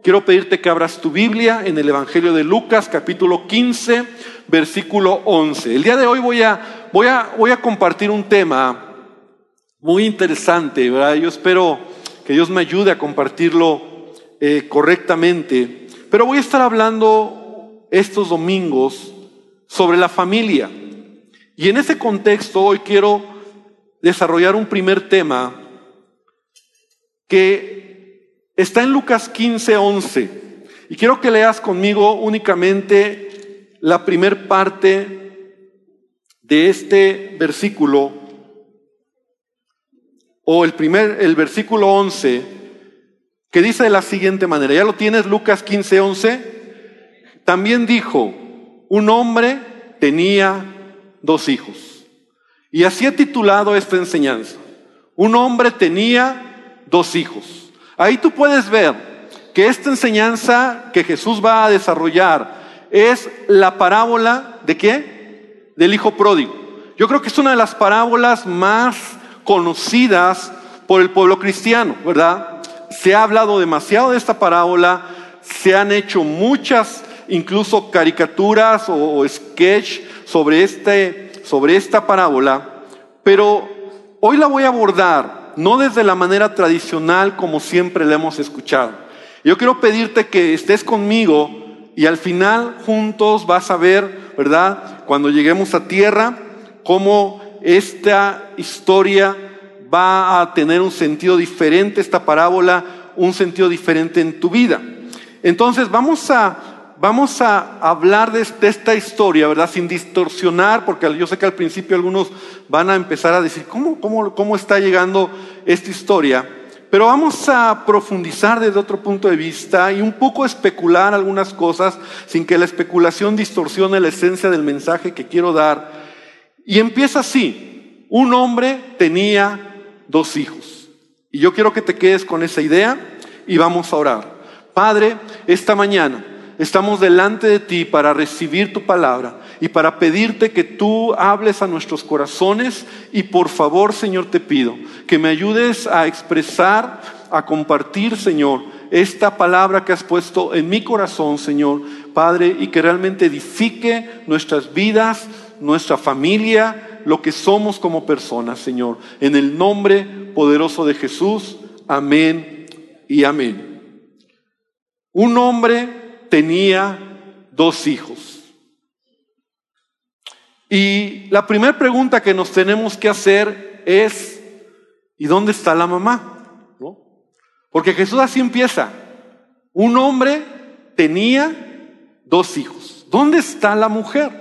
quiero pedirte que abras tu Biblia en el Evangelio de Lucas, capítulo 15, versículo 11. El día de hoy voy a compartir un tema muy interesante, ¿verdad? Yo espero que Dios me ayude a compartirlo correctamente. Pero voy a estar hablando estos domingos sobre la familia. Y en ese contexto hoy quiero desarrollar un primer tema que está en Lucas 15, 11. Y quiero que leas conmigo únicamente la primer parte de este versículo, o el versículo 11, que dice de la siguiente manera. ¿Ya lo tienes? Lucas 15, 11. También dijo: un hombre tenía 2 hijos. Y así he titulado esta enseñanza: un hombre tenía 2 hijos. Ahí tú puedes ver que esta enseñanza que Jesús va a desarrollar es la parábola ¿de qué? Del hijo pródigo. Yo creo que es una de las parábolas más conocidas por el pueblo cristiano, ¿verdad? Se ha hablado demasiado de esta parábola, se han hecho muchas, incluso caricaturas o sketch sobre esta parábola, pero hoy la voy a abordar no desde la manera tradicional como siempre la hemos escuchado. Yo quiero pedirte que estés conmigo y al final juntos vas a ver, ¿verdad?, cuando lleguemos a tierra, cómo esta historia va a tener un sentido diferente, esta parábola, un sentido diferente en tu vida. Entonces vamos a hablar de esta historia, ¿verdad?, sin distorsionar, porque yo sé que al principio algunos van a empezar a decir, ¿cómo está llegando esta historia? Pero vamos a profundizar desde otro punto de vista y un poco especular algunas cosas sin que la especulación distorsione la esencia del mensaje que quiero dar. Y empieza así: un hombre tenía 2 hijos. Y yo quiero que te quedes con esa idea y vamos a orar. Padre, esta mañana estamos delante de ti para recibir tu palabra y para pedirte que tú hables a nuestros corazones. Y por favor, Señor, te pido que me ayudes a expresar, a compartir, Señor, esta palabra que has puesto en mi corazón, Señor, Padre, y que realmente edifique nuestras vidas, nuestra familia, lo que somos como personas, Señor. En el nombre poderoso de Jesús, amén y amén. Un hombre tenía 2 hijos. Y la primera pregunta que nos tenemos que hacer es: ¿y dónde está la mamá? ¿No? Porque Jesús así empieza: un hombre tenía 2 hijos. ¿Dónde está la mujer?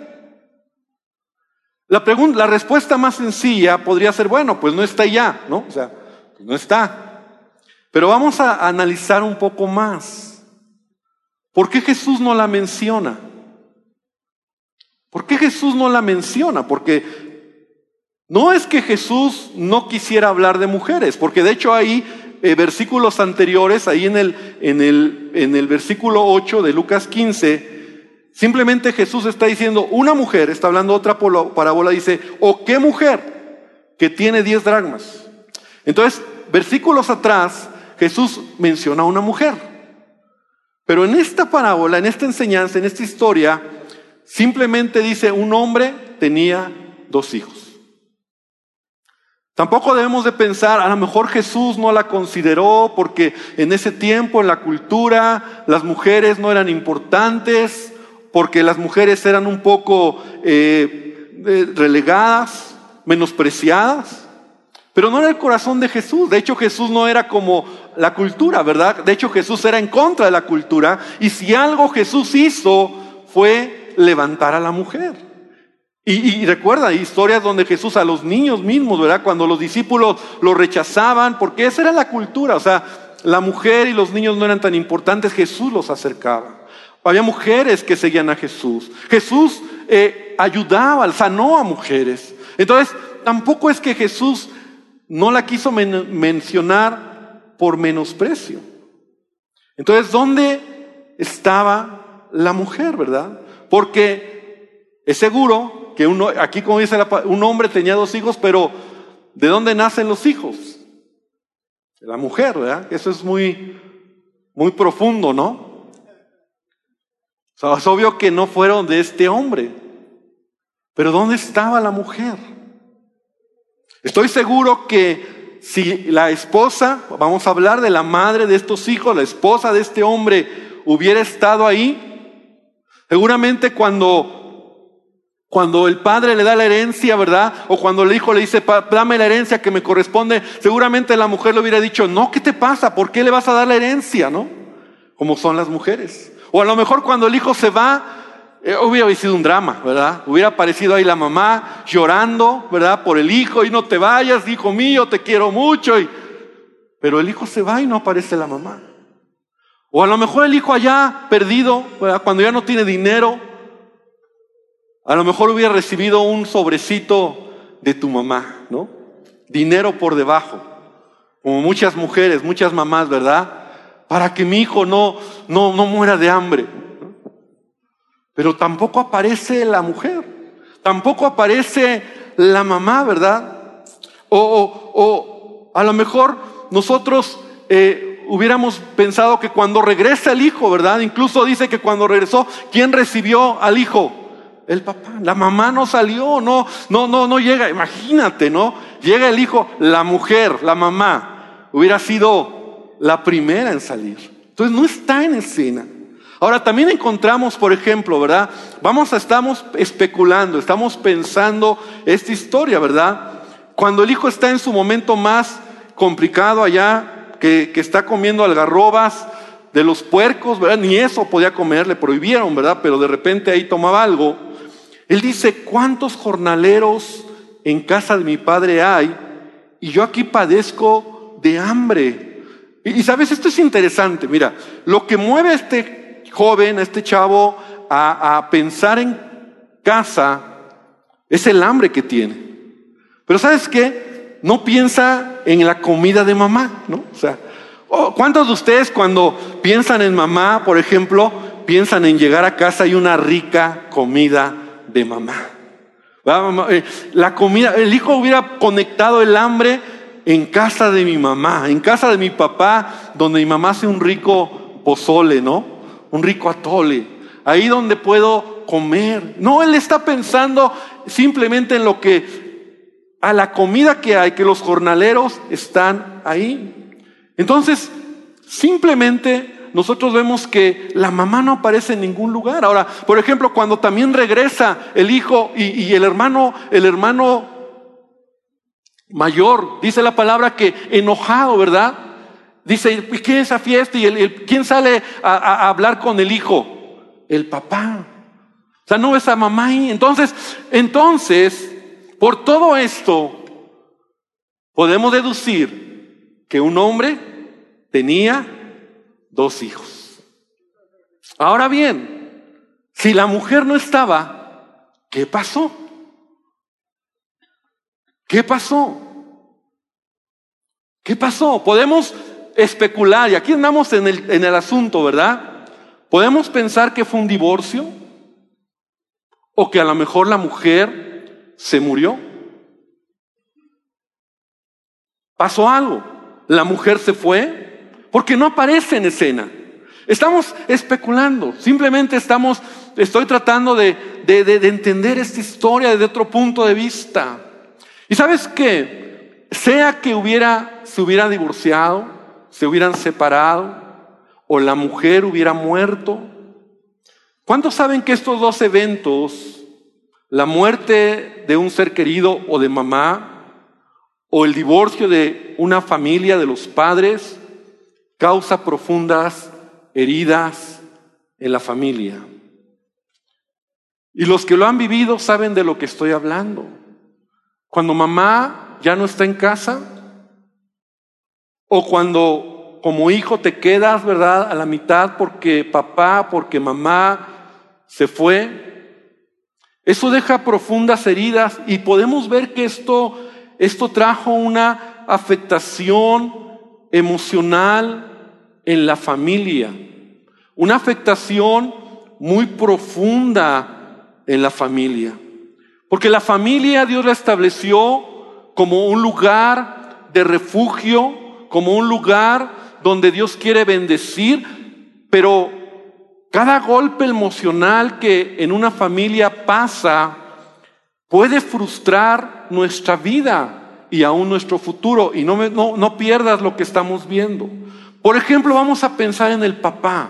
La respuesta más sencilla podría ser: bueno, pues no está ya, ¿no? O sea, pues no está. Pero vamos a analizar un poco más. ¿Por qué Jesús no la menciona? ¿Por qué Jesús no la menciona? Porque no es que Jesús no quisiera hablar de mujeres, porque de hecho hay versículos anteriores, ahí en el versículo 8 de Lucas 15, simplemente Jesús está diciendo: una mujer, está hablando otra parábola, dice: ¿o qué mujer que tiene 10 dracmas? Entonces, versículos atrás, Jesús menciona a una mujer. Pero en esta parábola, en esta enseñanza, en esta historia, simplemente dice: un hombre tenía 2 hijos. Tampoco debemos de pensar, a lo mejor Jesús no la consideró porque en ese tiempo, en la cultura, las mujeres no eran importantes, porque las mujeres eran un poco relegadas, menospreciadas. Pero no era el corazón de Jesús. De hecho, Jesús no era como la cultura, ¿verdad? De hecho, Jesús era en contra de la cultura. Y si algo Jesús hizo fue levantar a la mujer. Y recuerda, hay historias donde Jesús a los niños mismos, ¿verdad?, cuando los discípulos lo rechazaban, porque esa era la cultura. O sea, la mujer y los niños no eran tan importantes, Jesús los acercaba. Había mujeres que seguían a Jesús. Jesús ayudaba, sanó a mujeres. Entonces, tampoco es que Jesús no la quiso mencionar por menosprecio. Entonces, ¿dónde estaba la mujer, verdad? Porque es seguro que aquí, como dice un hombre tenía 2 hijos, pero ¿de dónde nacen los hijos? De la mujer, ¿verdad? Eso es muy Muy profundo, ¿no? O sea, es obvio que no fueron de este hombre. Pero ¿dónde estaba la mujer? Estoy seguro que si la esposa, vamos a hablar de la madre de estos hijos, la esposa de este hombre hubiera estado ahí, seguramente cuando el padre le da la herencia, ¿verdad? O cuando el hijo le dice, dame la herencia que me corresponde, seguramente la mujer le hubiera dicho, no, ¿qué te pasa? ¿Por qué le vas a dar la herencia? ¿No? Como son las mujeres. O a lo mejor cuando el hijo se va, hubiera sido un drama, ¿verdad? Hubiera aparecido ahí la mamá llorando, ¿verdad? Por el hijo, y no te vayas, hijo mío, te quiero mucho. Pero el hijo se va y no aparece la mamá. O a lo mejor el hijo allá perdido, ¿verdad? Cuando ya no tiene dinero, a lo mejor hubiera recibido un sobrecito de tu mamá, ¿no? Dinero por debajo. Como muchas mujeres, muchas mamás, ¿verdad? Para que mi hijo no muera de hambre. Pero tampoco aparece la mujer, tampoco aparece la mamá, ¿verdad? O a lo mejor nosotros hubiéramos pensado que cuando regresa el hijo, ¿verdad? Incluso dice que cuando regresó, ¿quién recibió al hijo? El papá. La mamá no salió, no llega. Imagínate, ¿no? Llega el hijo, la mujer, la mamá, hubiera sido la primera en salir. Entonces no está en escena. Ahora también encontramos, por ejemplo, ¿verdad? Estamos especulando, estamos pensando esta historia, ¿verdad? Cuando el hijo está en su momento más complicado allá, que está comiendo algarrobas de los puercos, ¿verdad? Ni eso podía comer, le prohibieron, ¿verdad? Pero de repente ahí tomaba algo. Él dice, ¿cuántos jornaleros en casa de mi padre hay? Y yo aquí padezco de hambre. Y sabes, esto es interesante, mira, lo que mueve a este joven, a este chavo, a pensar en casa, es el hambre que tiene. Pero ¿sabes qué? No piensa en la comida de mamá, ¿no? O sea, ¿cuántos de ustedes cuando piensan en mamá, por ejemplo, piensan en llegar a casa y una rica comida de mamá? La comida, el hijo hubiera conectado el hambre en casa de mi mamá, en casa de mi papá, donde mi mamá hace un rico pozole, ¿no? Un rico atole, ahí donde puedo comer. No, él está pensando simplemente en a la comida que hay, que los jornaleros están ahí. Entonces, simplemente nosotros vemos que la mamá no aparece en ningún lugar. Ahora, por ejemplo, cuando también regresa el hijo y el hermano mayor, dice la palabra que enojado, ¿verdad? Dice, ¿y qué es esa fiesta? ¿Y quién sale a hablar con el hijo? El papá. O sea, no ves a mamá ahí. Entonces, por todo esto, podemos deducir que un hombre tenía 2 hijos. Ahora bien, si la mujer no estaba, ¿qué pasó? ¿Qué pasó? ¿Qué pasó? Podemos especular, y aquí andamos en el asunto, ¿verdad? Podemos pensar que fue un divorcio, o que a lo mejor la mujer se murió. Pasó algo, la mujer se fue, porque no aparece en escena. Estamos especulando, simplemente estoy tratando de entender esta historia desde otro punto de vista. ¿Y sabes qué? Sea que se hubiera divorciado, se hubieran separado, o la mujer hubiera muerto. ¿Cuántos saben que estos 2 eventos, la muerte de un ser querido o de mamá, o el divorcio de una familia, de los padres, causa profundas heridas en la familia? Y los que lo han vivido saben de lo que estoy hablando. Cuando mamá ya no está en casa, o cuando como hijo te quedas, ¿verdad?, a la mitad porque mamá se fue. Eso deja profundas heridas y podemos ver que esto trajo una afectación emocional en la familia, una afectación muy profunda en la familia. Porque la familia Dios la estableció como un lugar de refugio, como un lugar donde Dios quiere bendecir, pero cada golpe emocional que en una familia pasa puede frustrar nuestra vida y aún nuestro futuro. Y no pierdas lo que estamos viendo. Por ejemplo, vamos a pensar en el papá.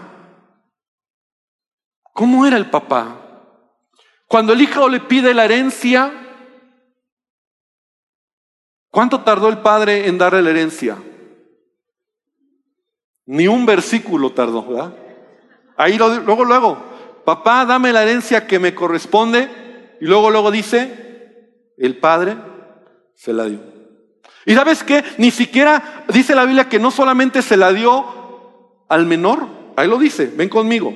¿Cómo era el papá? Cuando el hijo le pide la herencia, ¿cuánto tardó el padre en darle la herencia? Ni un versículo tardó, ¿verdad? Ahí luego, papá, dame la herencia que me corresponde. Y luego dice, el padre se la dio. ¿Y sabes qué? Ni siquiera dice la Biblia que no solamente se la dio al menor. Ahí lo dice, ven conmigo.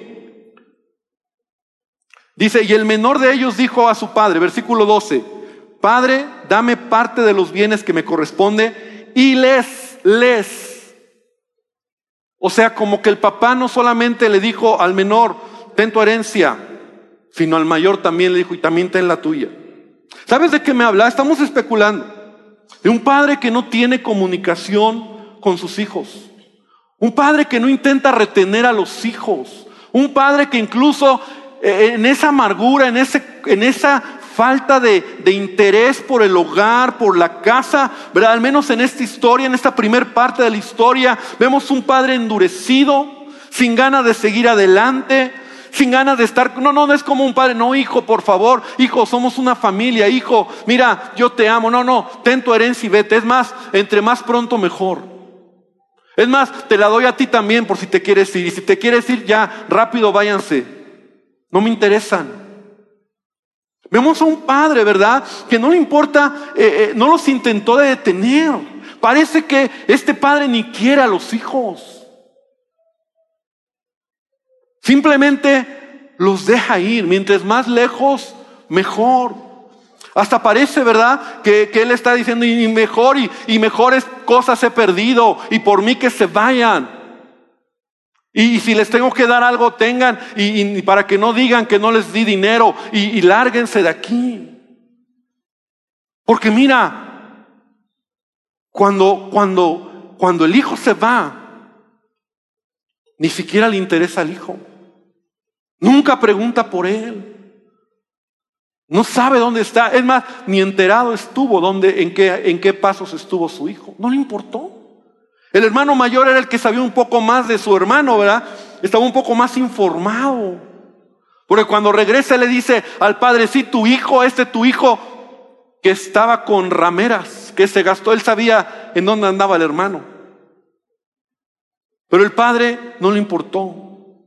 Dice, y el menor de ellos dijo a su padre, versículo 12, Padre, dame parte de los bienes que me corresponde y les. O sea, como que el papá no solamente le dijo al menor, ten tu herencia, sino al mayor también le dijo, y también ten la tuya. ¿Sabes de qué me habla? Estamos especulando. De un padre que no tiene comunicación con sus hijos. Un padre que no intenta retener a los hijos. Un padre que incluso en esa amargura, en esa falta de interés por el hogar, por la casa, ¿verdad? Al menos en esta historia, en esta primer parte de la historia, vemos un padre endurecido, sin ganas de seguir adelante, sin ganas de estar, no es como un padre, no hijo, por favor, hijo, somos una familia, hijo, mira, yo te amo, no, ten tu herencia y vete, es más, entre más pronto mejor. Es más, te la doy a ti también por si te quieres ir, y si te quieres ir ya, rápido váyanse, no me interesan. Vemos a un padre, ¿verdad? Que no le importa, no los intentó de detener. Parece que este padre ni quiere a los hijos. Simplemente los deja ir. Mientras más lejos, mejor. Hasta parece, ¿verdad? Que él está diciendo, y mejores cosas he perdido, y por mí que se vayan. Y si les tengo que dar algo, tengan, y para que no digan que no les di dinero, y lárguense de aquí. Porque mira, cuando el hijo se va, ni siquiera le interesa al hijo. Nunca pregunta por él. No sabe dónde está. Es más, ni enterado estuvo en qué pasos estuvo su hijo. No le importó. El hermano mayor era el que sabía un poco más de su hermano, ¿verdad? Estaba un poco más informado. Porque cuando regresa le dice al padre, sí, tu hijo que estaba con rameras, que se gastó, él sabía en dónde andaba el hermano. Pero el padre no le importó.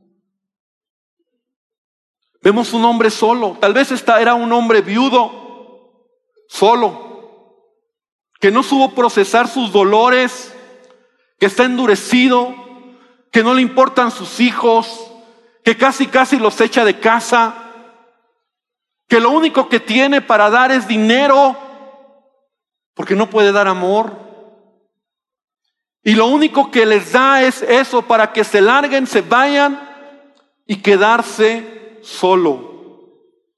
Vemos un hombre solo, tal vez era un hombre viudo, solo, que no supo procesar sus dolores, que está endurecido, que no le importan sus hijos, que casi los echa de casa, que lo único que tiene para dar es dinero, porque no puede dar amor. Y lo único que les da es eso, para que se larguen, se vayan y quedarse solo.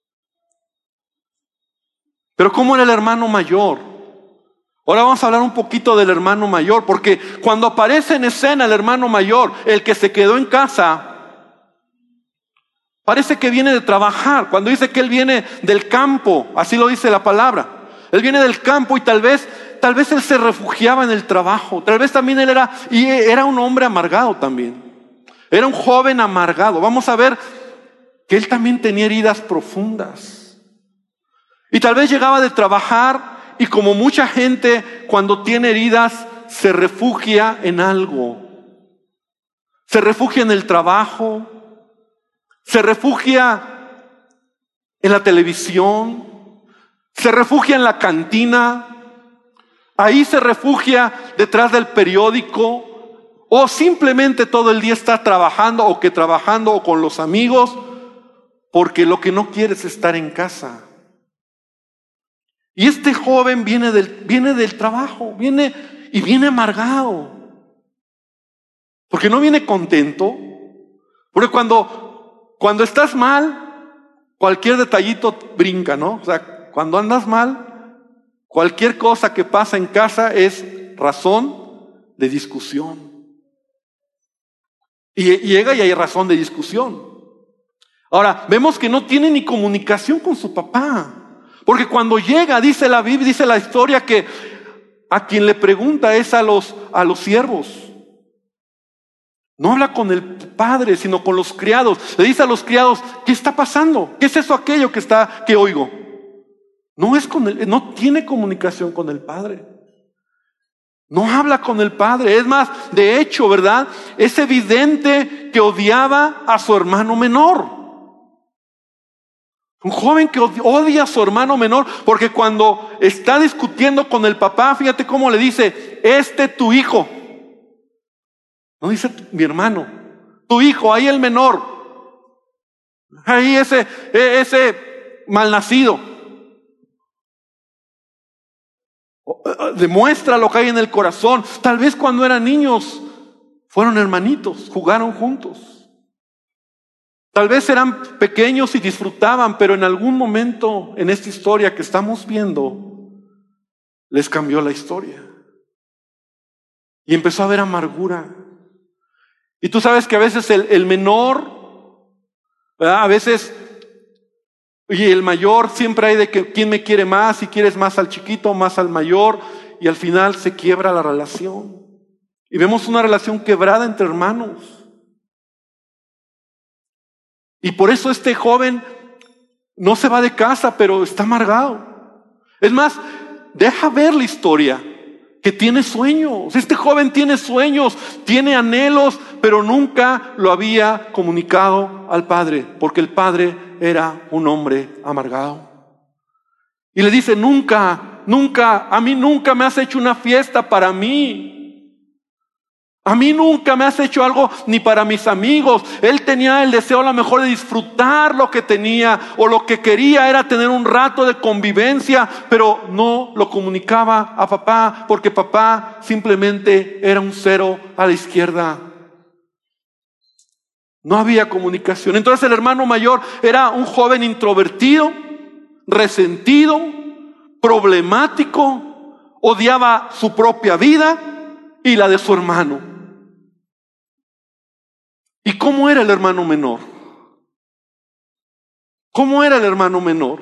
Pero ¿cómo era el hermano mayor? Ahora vamos a hablar un poquito del hermano mayor, porque cuando aparece en escena el hermano mayor, el que se quedó en casa, parece que viene de trabajar. Cuando dice que él viene del campo, así lo dice la palabra. Él viene del campo y tal vez él se refugiaba en el trabajo. Tal vez también él era un hombre amargado también. Era un joven amargado. Vamos a ver que él también tenía heridas profundas. Y tal vez llegaba de trabajar y como mucha gente cuando tiene heridas se refugia en algo. Se refugia en el trabajo, se refugia en la televisión, se refugia en la cantina, ahí se refugia detrás del periódico, o simplemente todo el día está trabajando o con los amigos, porque lo que no quiere es estar en casa. Y este joven viene del trabajo, viene amargado, porque no viene contento, porque cuando estás mal, cualquier detallito brinca, ¿no? O sea, cuando andas mal, cualquier cosa que pasa en casa es razón de discusión. Y llega y hay razón de discusión. Ahora, vemos que no tiene ni comunicación con su papá. Porque cuando llega, dice la Biblia, dice la historia, que a quien le pregunta es a los siervos. No habla con el padre, sino con los criados. Le dice a los criados, ¿qué está pasando? ¿Qué es eso, aquello que oigo? No es con él, no tiene comunicación con el padre. No habla con el padre. Es más, de hecho, ¿verdad? Es evidente que odiaba a su hermano menor. Un joven que odia a su hermano menor, porque cuando está discutiendo con el papá, fíjate cómo le dice, tu hijo. No dice mi hermano, tu hijo, ahí el menor. Ahí ese malnacido. Demuestra lo que hay en el corazón. Tal vez cuando eran niños fueron hermanitos, jugaron juntos. Tal vez eran pequeños y disfrutaban, pero en algún momento en esta historia que estamos viendo, les cambió la historia. Y empezó a haber amargura. Y tú sabes que a veces el menor, ¿verdad? A veces, y el mayor, siempre hay de que quién me quiere más, si quieres más al chiquito o más al mayor, y al final se quiebra la relación. Y vemos una relación quebrada entre hermanos. Y por eso este joven no se va de casa, pero está amargado. Es más, deja ver la historia, que tiene sueños. Este joven tiene sueños, tiene anhelos, pero nunca lo había comunicado al padre, porque el padre era un hombre amargado. Y le dice, nunca, a mí nunca me has hecho una fiesta para mí. A mí nunca me has hecho algo ni para mis amigos. Él tenía el deseo a lo mejor de disfrutar lo que tenía, o lo que quería era tener un rato de convivencia, pero no lo comunicaba a papá, porque papá simplemente era un cero a la izquierda. No había comunicación. Entonces el hermano mayor era un joven introvertido, resentido, problemático, odiaba su propia vida y la de su hermano. ¿Y cómo era el hermano menor? ¿Cómo era el hermano menor?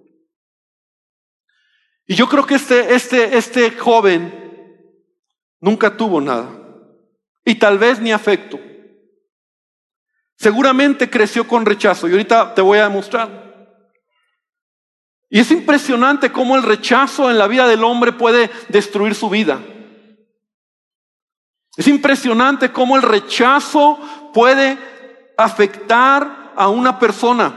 Y yo creo que este joven nunca tuvo nada, y tal vez ni afecto. Seguramente creció con rechazo, y ahorita te voy a demostrar. Y es impresionante cómo el rechazo en la vida del hombre puede destruir su vida. Es impresionante cómo el rechazo puede afectar a una persona.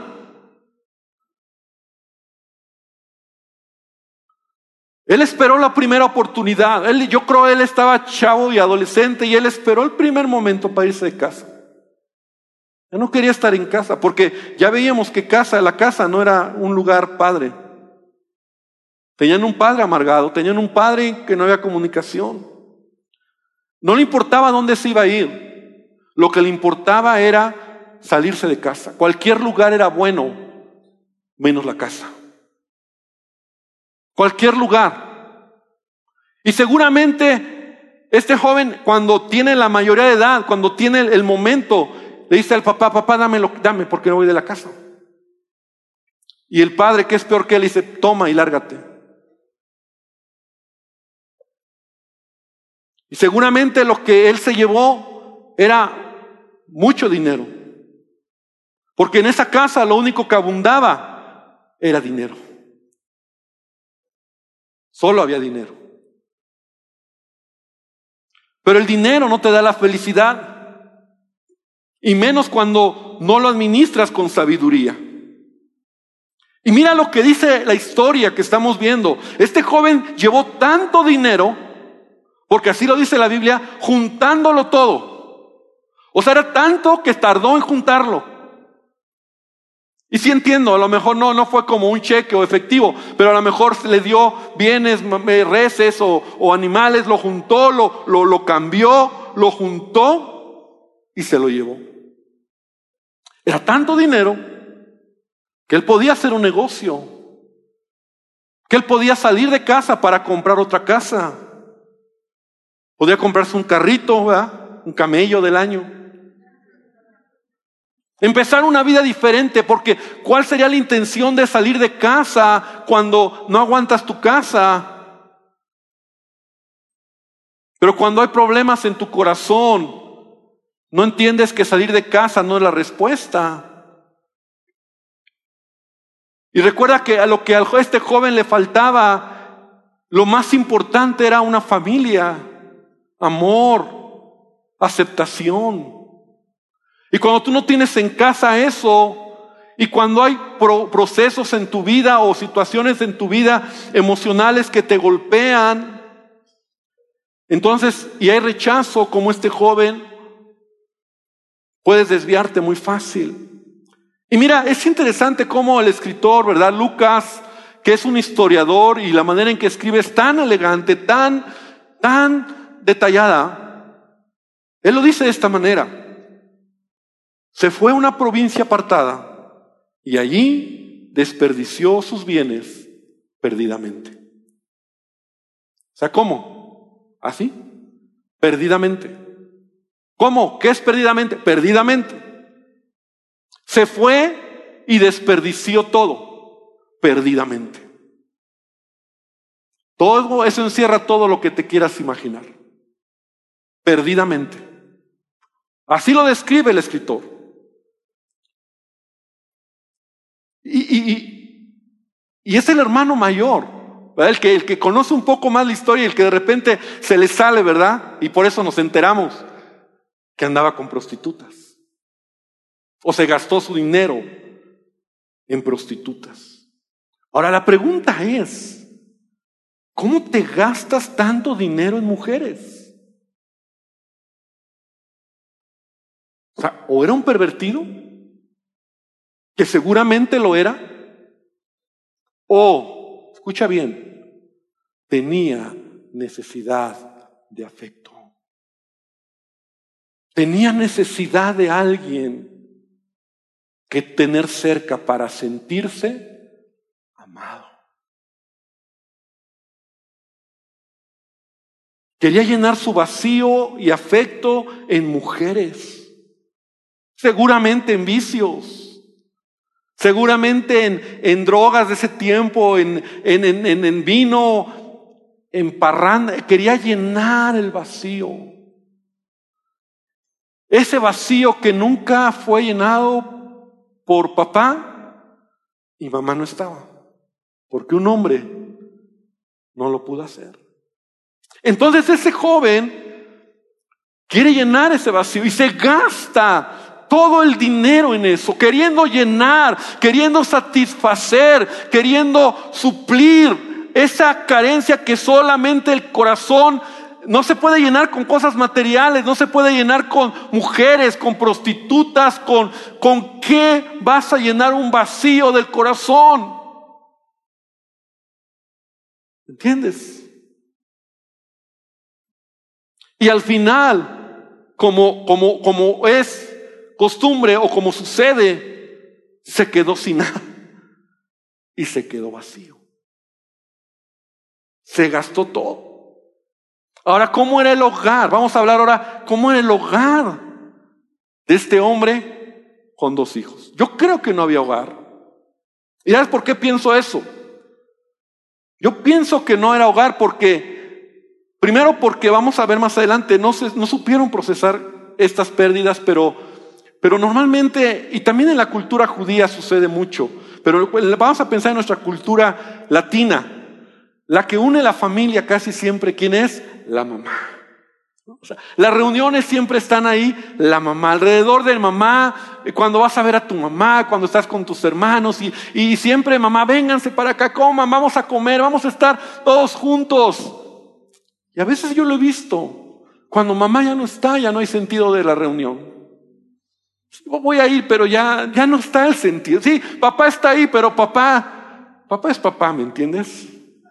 Él esperó la primera oportunidad. Yo creo que él estaba chavo y adolescente, y él esperó el primer momento para irse de casa. Él no quería estar en casa, porque ya veíamos que la casa no era un lugar padre. Tenían un padre amargado, tenían un padre que no había comunicación. No le importaba dónde se iba a ir. Lo que le importaba era salirse de casa. Cualquier lugar era bueno, menos la casa. Cualquier lugar. Y seguramente este joven, cuando tiene la mayoría de edad, cuando tiene el momento, le dice al papá, dame porque no voy de la casa. Y el padre, que es peor que él, dice, toma y lárgate. Y seguramente lo que él se llevó era mucho dinero. Porque en esa casa lo único que abundaba era dinero. Solo había dinero. Pero el dinero no te da la felicidad. Y menos cuando no lo administras con sabiduría. Y mira lo que dice la historia que estamos viendo. Este joven llevó tanto dinero, porque así lo dice la Biblia, juntándolo todo. O sea, era tanto que tardó en juntarlo. Y sí entiendo, a lo mejor no fue como un cheque o efectivo, pero a lo mejor le dio bienes, reses o animales, lo juntó, lo cambió, lo juntó y se lo llevó. Era tanto dinero que él podía hacer un negocio, que él podía salir de casa para comprar otra casa. Podía comprarse un carrito, ¿verdad? Un camello del año. Empezar una vida diferente, porque ¿cuál sería la intención de salir de casa cuando no aguantas tu casa? Pero cuando hay problemas en tu corazón, no entiendes que salir de casa no es la respuesta. Y recuerda que a lo que a este joven le faltaba, lo más importante era una familia, amor, aceptación. Y cuando tú no tienes en casa eso, y cuando hay procesos en tu vida o situaciones en tu vida emocionales que te golpean, entonces, y hay rechazo como este joven, puedes desviarte muy fácil. Y mira, es interesante cómo el escritor, ¿verdad? Lucas, que es un historiador y la manera en que escribe es tan elegante, tan detallada. Él lo dice de esta manera. Se fue a una provincia apartada y allí desperdició sus bienes perdidamente. O sea, ¿cómo? ¿Así? Perdidamente. ¿Cómo? ¿Qué es perdidamente? Perdidamente. Se fue y desperdició todo perdidamente. Todo eso encierra todo lo que te quieras imaginar. Perdidamente. Así lo describe el escritor. Y es el hermano mayor, ¿verdad? El que conoce un poco más la historia y el que de repente se le sale, ¿verdad? Y por eso nos enteramos que andaba con prostitutas. O se gastó su dinero en prostitutas. Ahora la pregunta es, ¿cómo te gastas tanto dinero en mujeres? O sea, ¿o era un pervertido? Que seguramente lo era. O, escucha bien, tenía necesidad de afecto. Tenía necesidad de alguien que tener cerca para sentirse amado. Quería llenar su vacío y afecto en mujeres, seguramente en vicios, seguramente en drogas de ese tiempo, en vino, en parranda. Quería llenar el vacío. Ese vacío que nunca fue llenado por papá y mamá no estaba, porque un hombre no lo pudo hacer. Entonces ese joven quiere llenar ese vacío y se gasta todo el dinero en eso, queriendo llenar, queriendo satisfacer, queriendo suplir esa carencia que solamente el corazón no se puede llenar con cosas materiales, no se puede llenar con mujeres, con prostitutas, ¿con qué vas a llenar un vacío del corazón? ¿Entiendes? Y al final, como es costumbre o como sucede, se quedó sin nada y se quedó vacío. Se gastó todo. Ahora, ¿cómo era el hogar? Vamos a hablar ahora, ¿cómo era el hogar de este hombre con 2 hijos? Yo creo que no había hogar. ¿Y sabes por qué pienso eso? Yo pienso que no era hogar primero porque vamos a ver más adelante, no supieron procesar estas pérdidas, pero normalmente, y también en la cultura judía sucede mucho, pero vamos a pensar en nuestra cultura latina. La que une la familia casi siempre, ¿quién es? La mamá. O sea, las reuniones siempre están ahí, la mamá, alrededor de mamá, cuando vas a ver a tu mamá, cuando estás con tus hermanos y siempre mamá, vénganse para acá, coman, vamos a comer, vamos a estar todos juntos. Y a veces yo lo he visto, cuando mamá ya no está, ya no hay sentido de la reunión. Yo voy a ir, pero ya no está el sentido. Sí, papá está ahí, pero papá es papá, ¿me entiendes?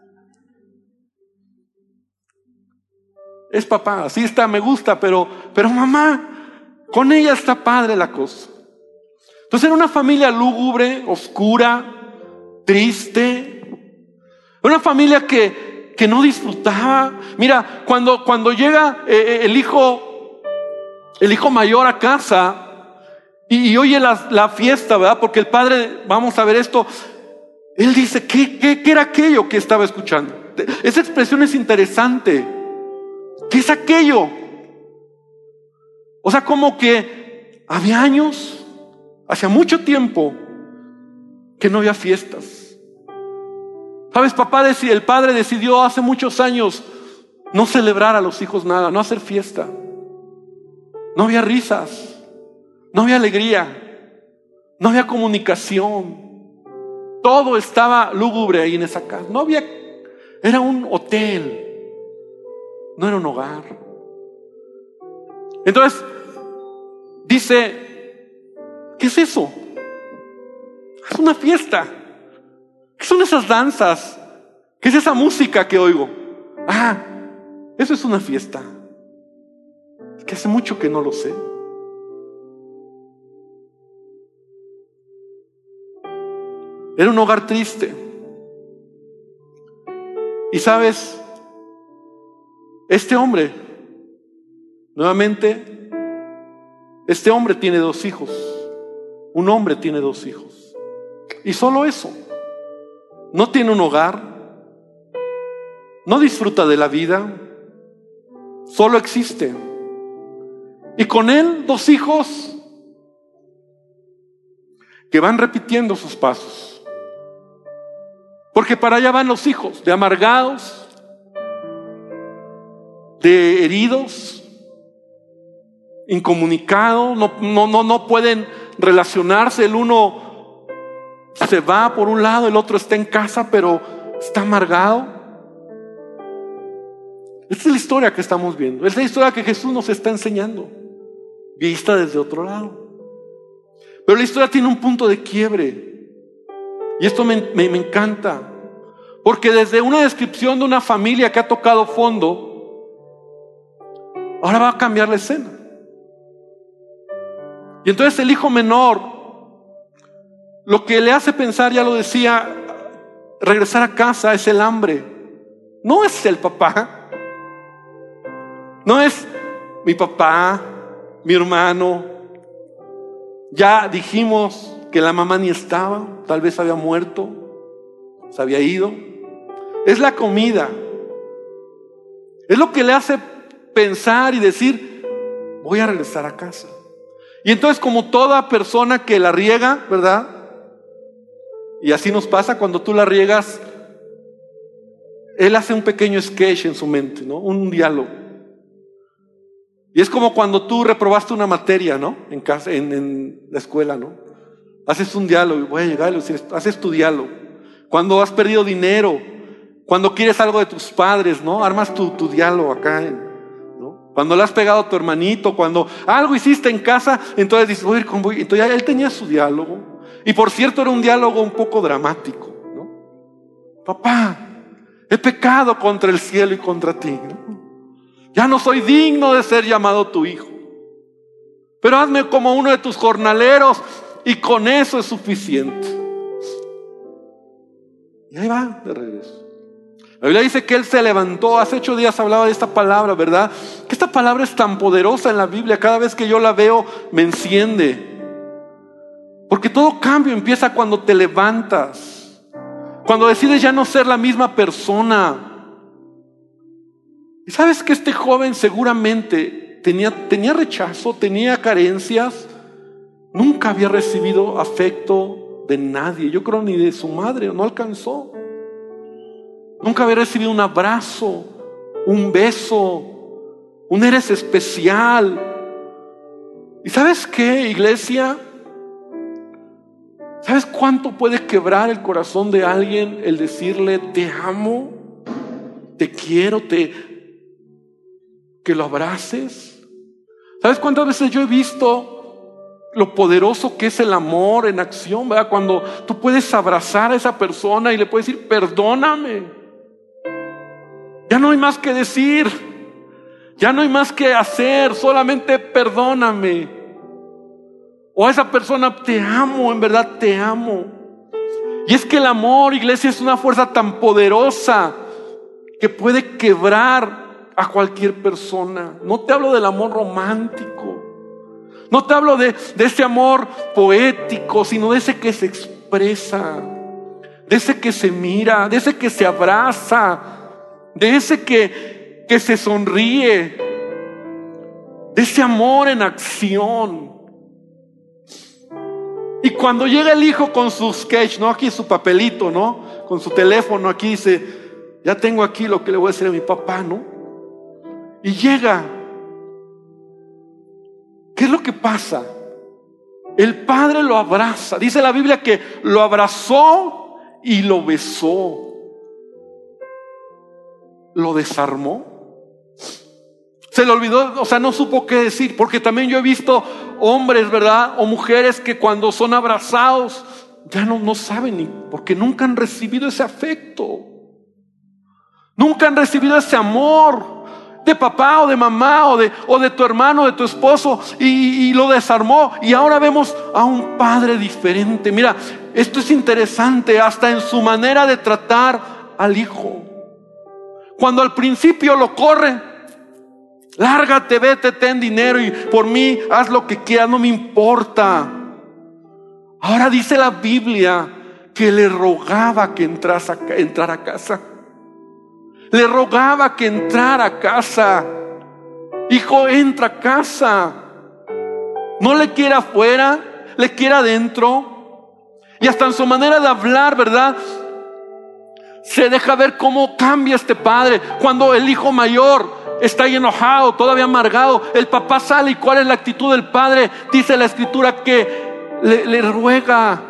Es papá, así está, me gusta, pero mamá, con ella está padre la cosa. Entonces era una familia lúgubre, oscura, triste, una familia que no disfrutaba. Mira, cuando llega el hijo mayor a casa y oye la fiesta, ¿verdad? Porque el padre, vamos a ver esto, él dice, ¿qué era aquello que estaba escuchando? Esa expresión es interesante. ¿Qué es aquello? O sea, como que había años, hacía mucho tiempo, que no había fiestas. ¿Sabes? El padre decidió hace muchos años no celebrar a los hijos nada, no hacer fiesta. No había risas, no había alegría, no había comunicación. Todo estaba lúgubre ahí en esa casa. No había, era un hotel, no era un hogar. Entonces dice, ¿qué es eso? Es una fiesta. ¿Qué son esas danzas? ¿Qué es esa música que oigo? Eso es una fiesta. Es que hace mucho que no lo sé. Era un hogar triste. Y sabes, este hombre, nuevamente, este hombre tiene 2 hijos. Un hombre tiene 2 hijos. Y solo eso. No tiene un hogar. No disfruta de la vida. Solo existe. Y con él 2 hijos que van repitiendo sus pasos. Porque para allá van los hijos, de amargados, de heridos, incomunicados, no pueden relacionarse. El uno se va por un lado, el otro está en casa, pero está amargado. Esta es la historia que estamos viendo. Es la historia que Jesús nos está enseñando, vista desde otro lado. Pero la historia tiene un punto de quiebre. Y esto me encanta. Porque desde una descripción de una familia que ha tocado fondo, ahora va a cambiar la escena. Y entonces el hijo menor, lo que le hace pensar, ya lo decía, regresar a casa es el hambre. No es el papá. No es mi papá, mi hermano. Ya dijimos que la mamá ni estaba, tal vez había muerto, se había ido. Es la comida. Es lo que le hace pensar y decir, voy a regresar a casa. Y entonces, como toda persona que la riega, ¿verdad? Y así nos pasa cuando tú la riegas, él hace un pequeño sketch en su mente, ¿no? Un diálogo. Y es como cuando tú reprobaste una materia, ¿no? En casa, en la escuela, ¿no? Haces un diálogo, y voy a llegar y decir, haces tu diálogo. Cuando has perdido dinero, cuando quieres algo de tus padres, ¿no? Armas tu diálogo acá, ¿no? Cuando le has pegado a tu hermanito, cuando algo hiciste en casa, entonces dices, voy a ir con... Entonces ya él tenía su diálogo. Y por cierto, era un diálogo un poco dramático, ¿no? Papá, he pecado contra el cielo y contra ti, ¿no? Ya no soy digno de ser llamado tu hijo. Pero hazme como uno de tus jornaleros y con eso es suficiente. Y ahí va de regreso. La Biblia dice que él se levantó. Hace 8 días hablaba de esta palabra, ¿verdad? Que esta palabra es tan poderosa en la Biblia. Cada vez que yo la veo me enciende. Porque todo cambio empieza cuando te levantas. Cuando decides ya no ser la misma persona. Y sabes que este joven seguramente tenía rechazo, tenía carencias. Nunca había recibido afecto de nadie. Yo creo ni de su madre, no alcanzó. Nunca había recibido un abrazo, un beso, un eres especial. ¿Y sabes qué, iglesia? ¿Sabes cuánto puede quebrar el corazón de alguien el decirle te amo, te quiero, que lo abraces? ¿Sabes cuántas veces yo he visto lo poderoso que es el amor en acción, ¿verdad? Cuando tú puedes abrazar a esa persona y le puedes decir perdóname. Ya no hay más que decir, ya no hay más que hacer, solamente perdóname. O a esa persona, te amo, en verdad te amo. Y es que el amor, iglesia, es una fuerza tan poderosa que puede quebrar a cualquier persona. No te hablo del amor romántico, No te hablo de ese amor poético, sino de ese que se expresa, de ese que se mira, de ese que se abraza, de ese que se sonríe, de ese amor en acción. Y cuando llega el hijo con su sketch, ¿no? Aquí su papelito, ¿no? Con su teléfono, aquí dice, ya tengo aquí lo que le voy a decir a mi papá, ¿no? Y llega. ¿Qué es lo que pasa? El padre lo abraza. Dice la Biblia que lo abrazó y lo besó. Lo desarmó. Se le olvidó, o sea, no supo qué decir. Porque también yo he visto hombres, ¿verdad? O mujeres que cuando son abrazados ya no saben ni, porque nunca han recibido ese afecto. Nunca han recibido ese amor de papá o de mamá o de tu hermano, de tu esposo, y lo desarmó. Y ahora vemos a un padre diferente. Mira, esto es interesante, hasta en su manera de tratar al hijo. Cuando al principio lo corre, lárgate, vete, ten dinero y por mí haz lo que quieras, no me importa. Ahora dice la Biblia que le rogaba que entrara a casa. Le rogaba que entrara a casa. Hijo, entra a casa. No le quiere afuera, le quiere adentro. Y hasta en su manera de hablar, ¿verdad? Se deja ver cómo cambia este padre. Cuando el hijo mayor está ahí enojado, todavía amargado, el papá sale. ¿Y cuál es la actitud del padre? Dice la escritura que le ruega.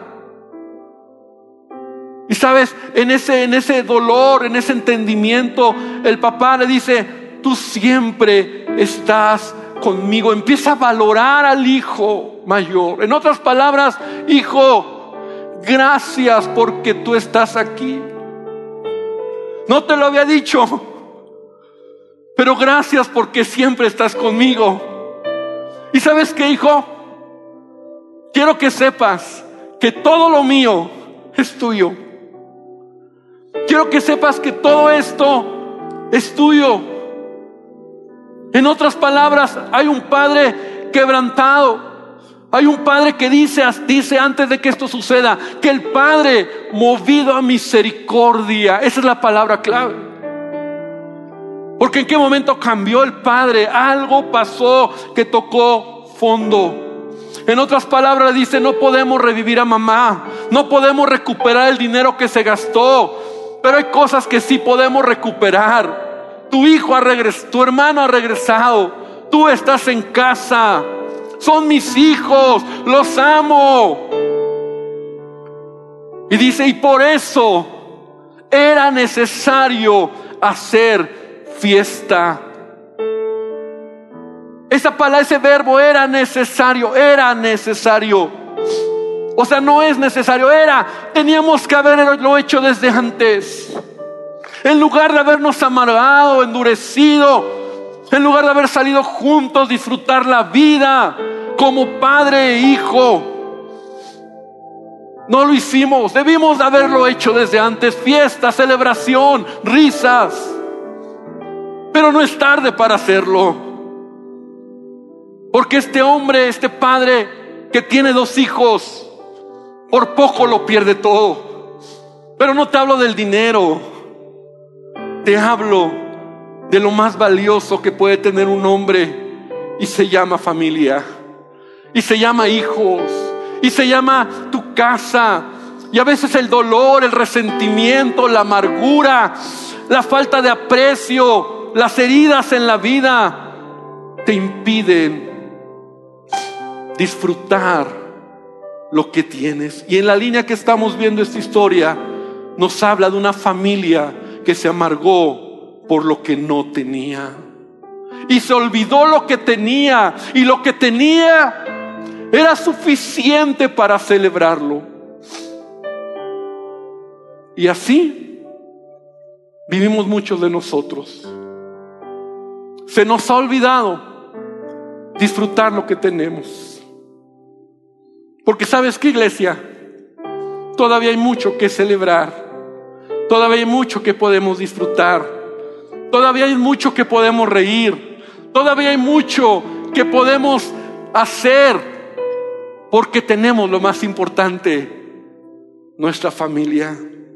Y sabes, en ese dolor, en ese entendimiento, el papá le dice, tú siempre estás conmigo. Empieza a valorar al hijo mayor. En otras palabras, hijo, gracias porque tú estás aquí. No te lo había dicho, pero gracias porque siempre estás conmigo. ¿Y sabes qué, hijo? Quiero que sepas que todo lo mío es tuyo. Quiero que sepas que todo esto es tuyo. En otras palabras, hay un padre quebrantado. Hay un padre que dice antes de que esto suceda, que el padre movido a misericordia. Esa es la palabra clave. Porque en qué momento cambió el padre. Algo pasó que tocó fondo. En otras palabras dice, no podemos revivir a mamá. No podemos recuperar el dinero que se gastó. Pero hay cosas que sí podemos recuperar. Tu hijo ha regresado, tu hermano ha regresado. Tú estás en casa. Son mis hijos, los amo. Y dice, y por eso era necesario hacer fiesta. Esa palabra, ese verbo era necesario. O sea, no es necesario, teníamos que haberlo hecho desde antes. En lugar de habernos amargado, endurecido, en lugar de haber salido juntos, disfrutar la vida como padre e hijo, no lo hicimos. Debimos de haberlo hecho desde antes. Fiesta, celebración, risas. Pero no es tarde para hacerlo. Porque este hombre, este padre que tiene 2 hijos, por poco lo pierde todo. Pero no te hablo del dinero. Te hablo de lo más valioso que puede tener un hombre. Y se llama familia. Y se llama hijos. Y se llama tu casa. Y a veces el dolor, el resentimiento, la amargura, la falta de aprecio, las heridas en la vida te impiden disfrutar lo que tienes. Y en la línea que estamos viendo esta historia, nos habla de una familia que se amargó por lo que no tenía. Y se olvidó lo que tenía. Y lo que tenía era suficiente para celebrarlo. Y así vivimos muchos de nosotros. Se nos ha olvidado disfrutar lo que tenemos. Porque ¿sabes qué, iglesia? Todavía hay mucho que celebrar. Todavía hay mucho que podemos disfrutar. Todavía hay mucho que podemos reír. Todavía hay mucho que podemos hacer, porque tenemos lo más importante, nuestra familia.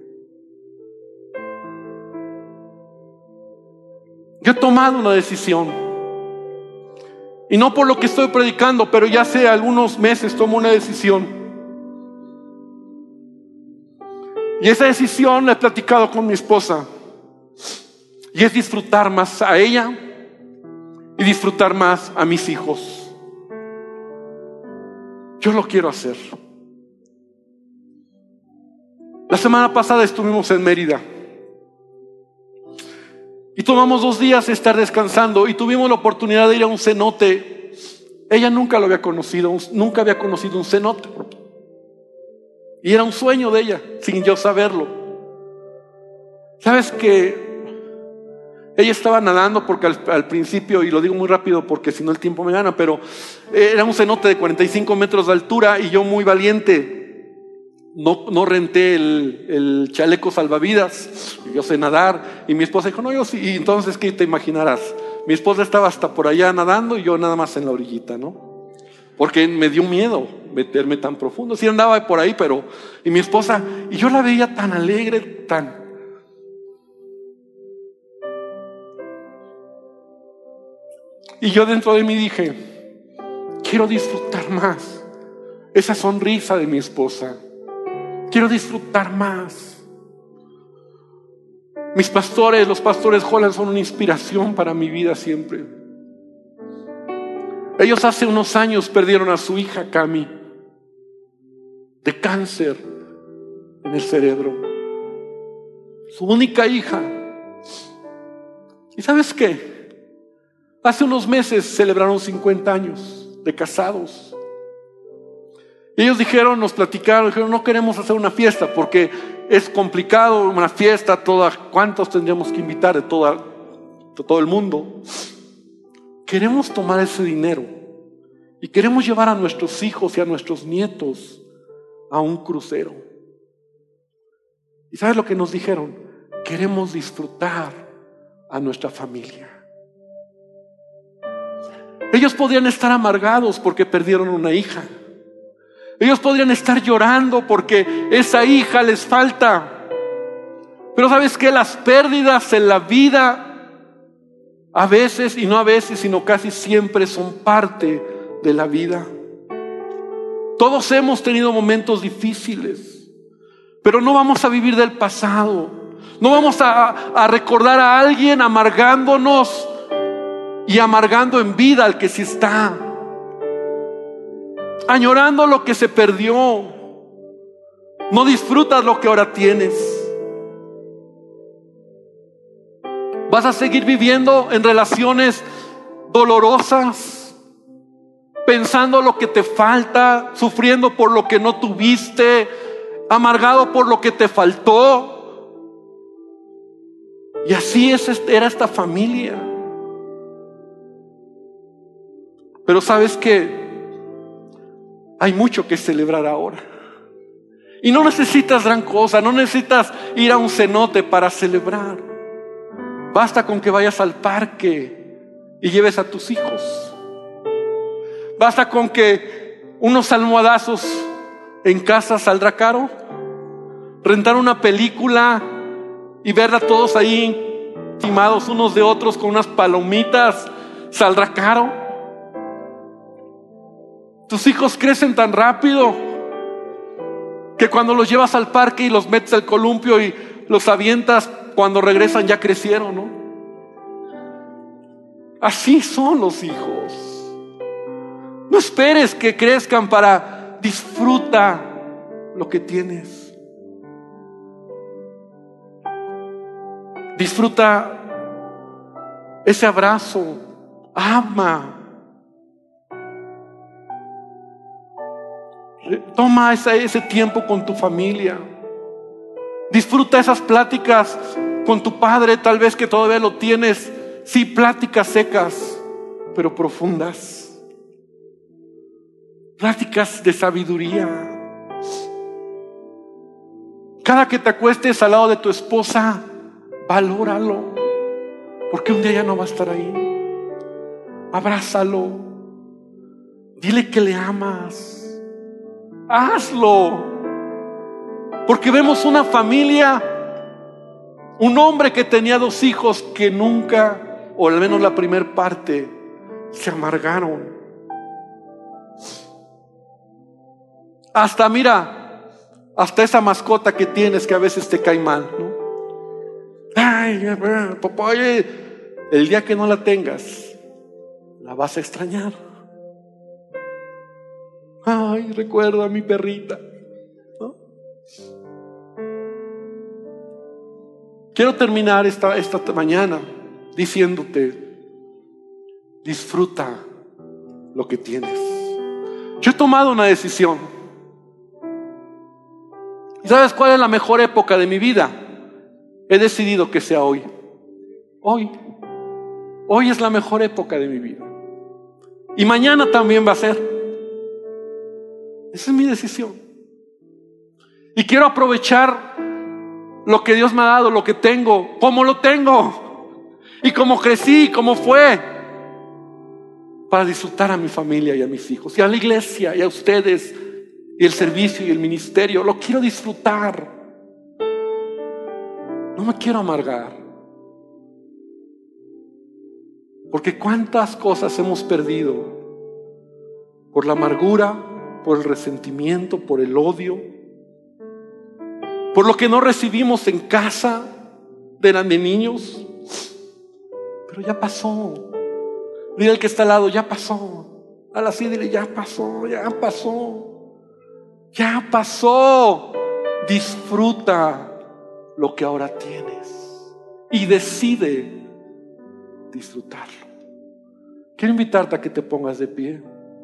Yo he tomado una decisión, y no por lo que estoy predicando, pero ya hace algunos meses tomo una decisión, y esa decisión la he platicado con mi esposa, y es disfrutar más a ella y disfrutar más a mis hijos. Yo lo quiero hacer. La semana pasada estuvimos en Mérida y tomamos 2 días de estar descansando, y tuvimos la oportunidad de ir a un cenote. Ella nunca lo había conocido, nunca había conocido un cenote, y era un sueño de ella, sin yo saberlo. ¿Sabes que ella estaba nadando? Porque al principio, y lo digo muy rápido porque si no el tiempo me gana, pero era un cenote de 45 metros de altura, y yo, muy valiente, no renté el chaleco salvavidas. Yo sé nadar, y mi esposa dijo, no, yo sí. Y entonces, ¿qué te imaginarás? Mi esposa estaba hasta por allá nadando y yo nada más en la orillita, ¿no? Porque me dio miedo meterme tan profundo. Sí andaba por ahí, pero... Y mi esposa, y yo la veía tan alegre, tan... Y yo dentro de mí dije, quiero disfrutar más esa sonrisa de mi esposa. Quiero disfrutar más. Mis pastores, los pastores Holland, son una inspiración para mi vida siempre. Ellos hace unos años perdieron a su hija Cami de cáncer en el cerebro. Su única hija. ¿Y sabes qué? Hace unos meses celebraron 50 años de casados. Y ellos dijeron, nos platicaron, dijeron, no queremos hacer una fiesta porque es complicado, una fiesta toda. ¿Cuántos tendríamos que invitar de todo el mundo? Queremos tomar ese dinero y queremos llevar a nuestros hijos y a nuestros nietos a un crucero. ¿Y sabes lo que nos dijeron? Queremos disfrutar a nuestra familia. Ellos podrían estar amargados porque perdieron una hija. Ellos podrían estar llorando porque esa hija les falta. Pero ¿sabes qué? Las pérdidas en la vida, a veces, y no a veces, sino casi siempre, son parte de la vida. Todos hemos tenido momentos difíciles, pero no vamos a vivir del pasado. No vamos a recordar a alguien amargándonos y amargando en vida al que sí está, añorando lo que se perdió. No disfrutas lo que ahora tienes. Vas a seguir viviendo en relaciones dolorosas, pensando lo que te falta, sufriendo por lo que no tuviste, amargado por lo que te faltó. Y así era esta familia. Pero ¿sabes qué? Hay mucho que celebrar ahora. Y no necesitas gran cosa, no necesitas ir a un cenote para celebrar. Basta con que vayas al parque y lleves a tus hijos. Basta con que unos almohadazos en casa saldrá caro. Rentar una película y verla todos ahí timados unos de otros con unas palomitas saldrá caro. Tus hijos crecen tan rápido que cuando los llevas al parque y los metes al columpio y los avientas, cuando regresan ya crecieron, ¿no? Así son los hijos. No esperes que crezcan para... Disfruta lo que tienes. Disfruta ese abrazo. Ama. Toma ese tiempo con tu familia. Disfruta esas pláticas con tu padre, tal vez que todavía lo tienes. Sí, pláticas secas, pero profundas. Pláticas de sabiduría. Cada que te acuestes al lado de tu esposa, valóralo, porque un día ya no va a estar ahí. Abrázalo. Dile que le amas. Hazlo. Porque vemos una familia, un hombre que tenía 2 hijos que nunca, o al menos la primer parte, se amargaron. Hasta mira, hasta esa mascota que tienes que a veces te cae mal, ¿no? Ay, papá, oye, el día que no la tengas, la vas a extrañar. Ay, recuerdo a mi perrita, ¿no? Quiero terminar esta mañana diciéndote: disfruta lo que tienes. Yo he tomado una decisión. ¿Y sabes cuál es la mejor época de mi vida? He decidido que sea hoy. Hoy es la mejor época de mi vida. Y mañana también va a ser. Esa es mi decisión. Y quiero aprovechar lo que Dios me ha dado, lo que tengo, como lo tengo, y como crecí, como fue, para disfrutar a mi familia y a mis hijos, y a la iglesia, y a ustedes, y el servicio y el ministerio. Lo quiero disfrutar. No me quiero amargar. Porque cuántas cosas hemos perdido por la amargura, por el resentimiento, por el odio, por lo que no recibimos en casa de niños. Pero ya pasó. Dile al que está al lado: ya pasó. Al así dile: ya pasó, ya pasó. Ya pasó. Disfruta lo que ahora tienes y decide disfrutarlo. Quiero invitarte a que te pongas de pie.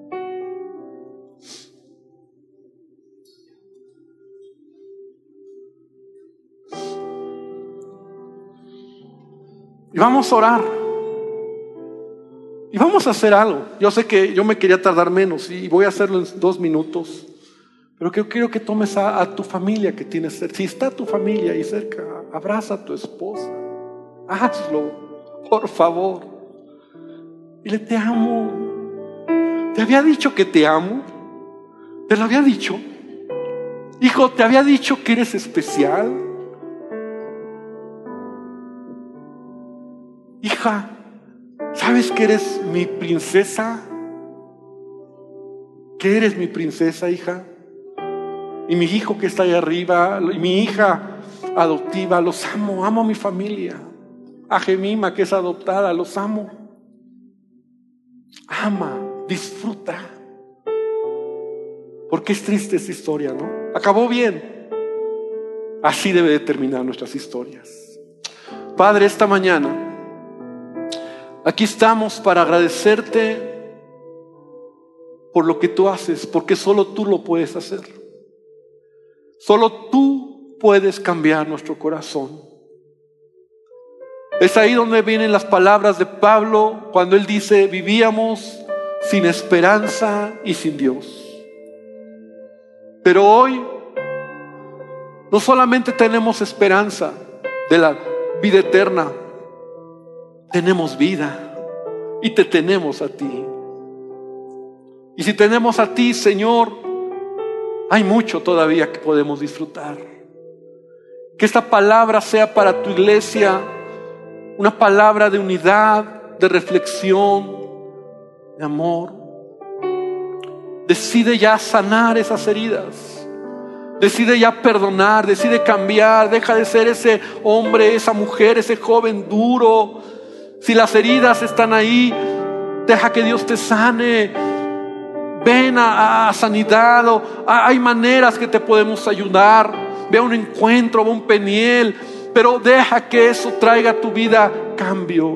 Y vamos a orar. Y vamos a hacer algo. Yo sé que yo me quería tardar menos y voy a hacerlo en 2 minutos. Pero quiero que tomes a tu familia que tienes cerca. Si está tu familia ahí cerca, abraza a tu esposa. Hazlo, por favor. Dile: te amo. ¿Te había dicho que te amo? ¿Te lo había dicho? Hijo, ¿te había dicho que eres especial? Hija, ¿sabes que eres mi princesa? ¿Que eres mi princesa, hija? Y mi hijo que está ahí arriba, y mi hija adoptiva, los amo, amo a mi familia. A Gemima que es adoptada, los amo. Ama, disfruta. Porque es triste esta historia, ¿no? Acabó bien. Así debe de terminar nuestras historias. Padre, esta mañana aquí estamos para agradecerte por lo que tú haces, porque solo tú lo puedes hacer. Solo tú puedes cambiar nuestro corazón. Es ahí donde vienen las palabras de Pablo cuando él dice: vivíamos sin esperanza y sin Dios. Pero hoy no solamente tenemos esperanza de la vida eterna, tenemos vida y te tenemos a ti. Y si tenemos a ti, Señor, hay mucho todavía que podemos disfrutar. Que esta palabra sea para tu iglesia una palabra de unidad, de reflexión, de amor. Decide ya sanar esas heridas. Decide ya perdonar, decide cambiar. Deja de ser ese hombre, esa mujer, ese joven duro. Si las heridas están ahí, deja que Dios te sane. Ven a sanidad. Hay maneras que te podemos ayudar. Ve a un encuentro, ve a un Peniel. Pero deja que eso traiga a tu vida cambio.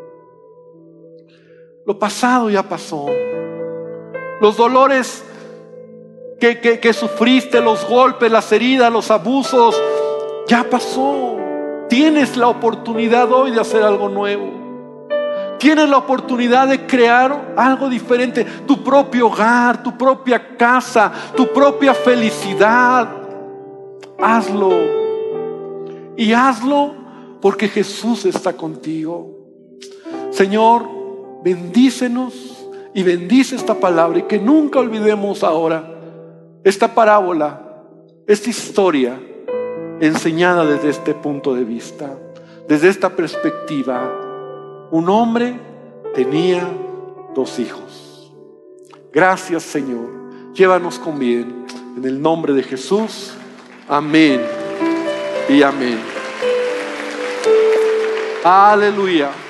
Lo pasado ya pasó. Los dolores que sufriste, los golpes, las heridas, los abusos, ya pasó. Tienes la oportunidad hoy de hacer algo nuevo. Tienes la oportunidad de crear algo diferente. Tu propio hogar, tu propia casa, tu propia felicidad. Hazlo. Y hazlo porque Jesús está contigo. Señor, bendícenos y bendice esta palabra, y que nunca olvidemos ahora esta parábola, esta historia enseñada desde este punto de vista, desde esta perspectiva. Un hombre tenía 2 hijos. Gracias, Señor. Llévanos con bien. En el nombre de Jesús. Amén y amén. Aleluya.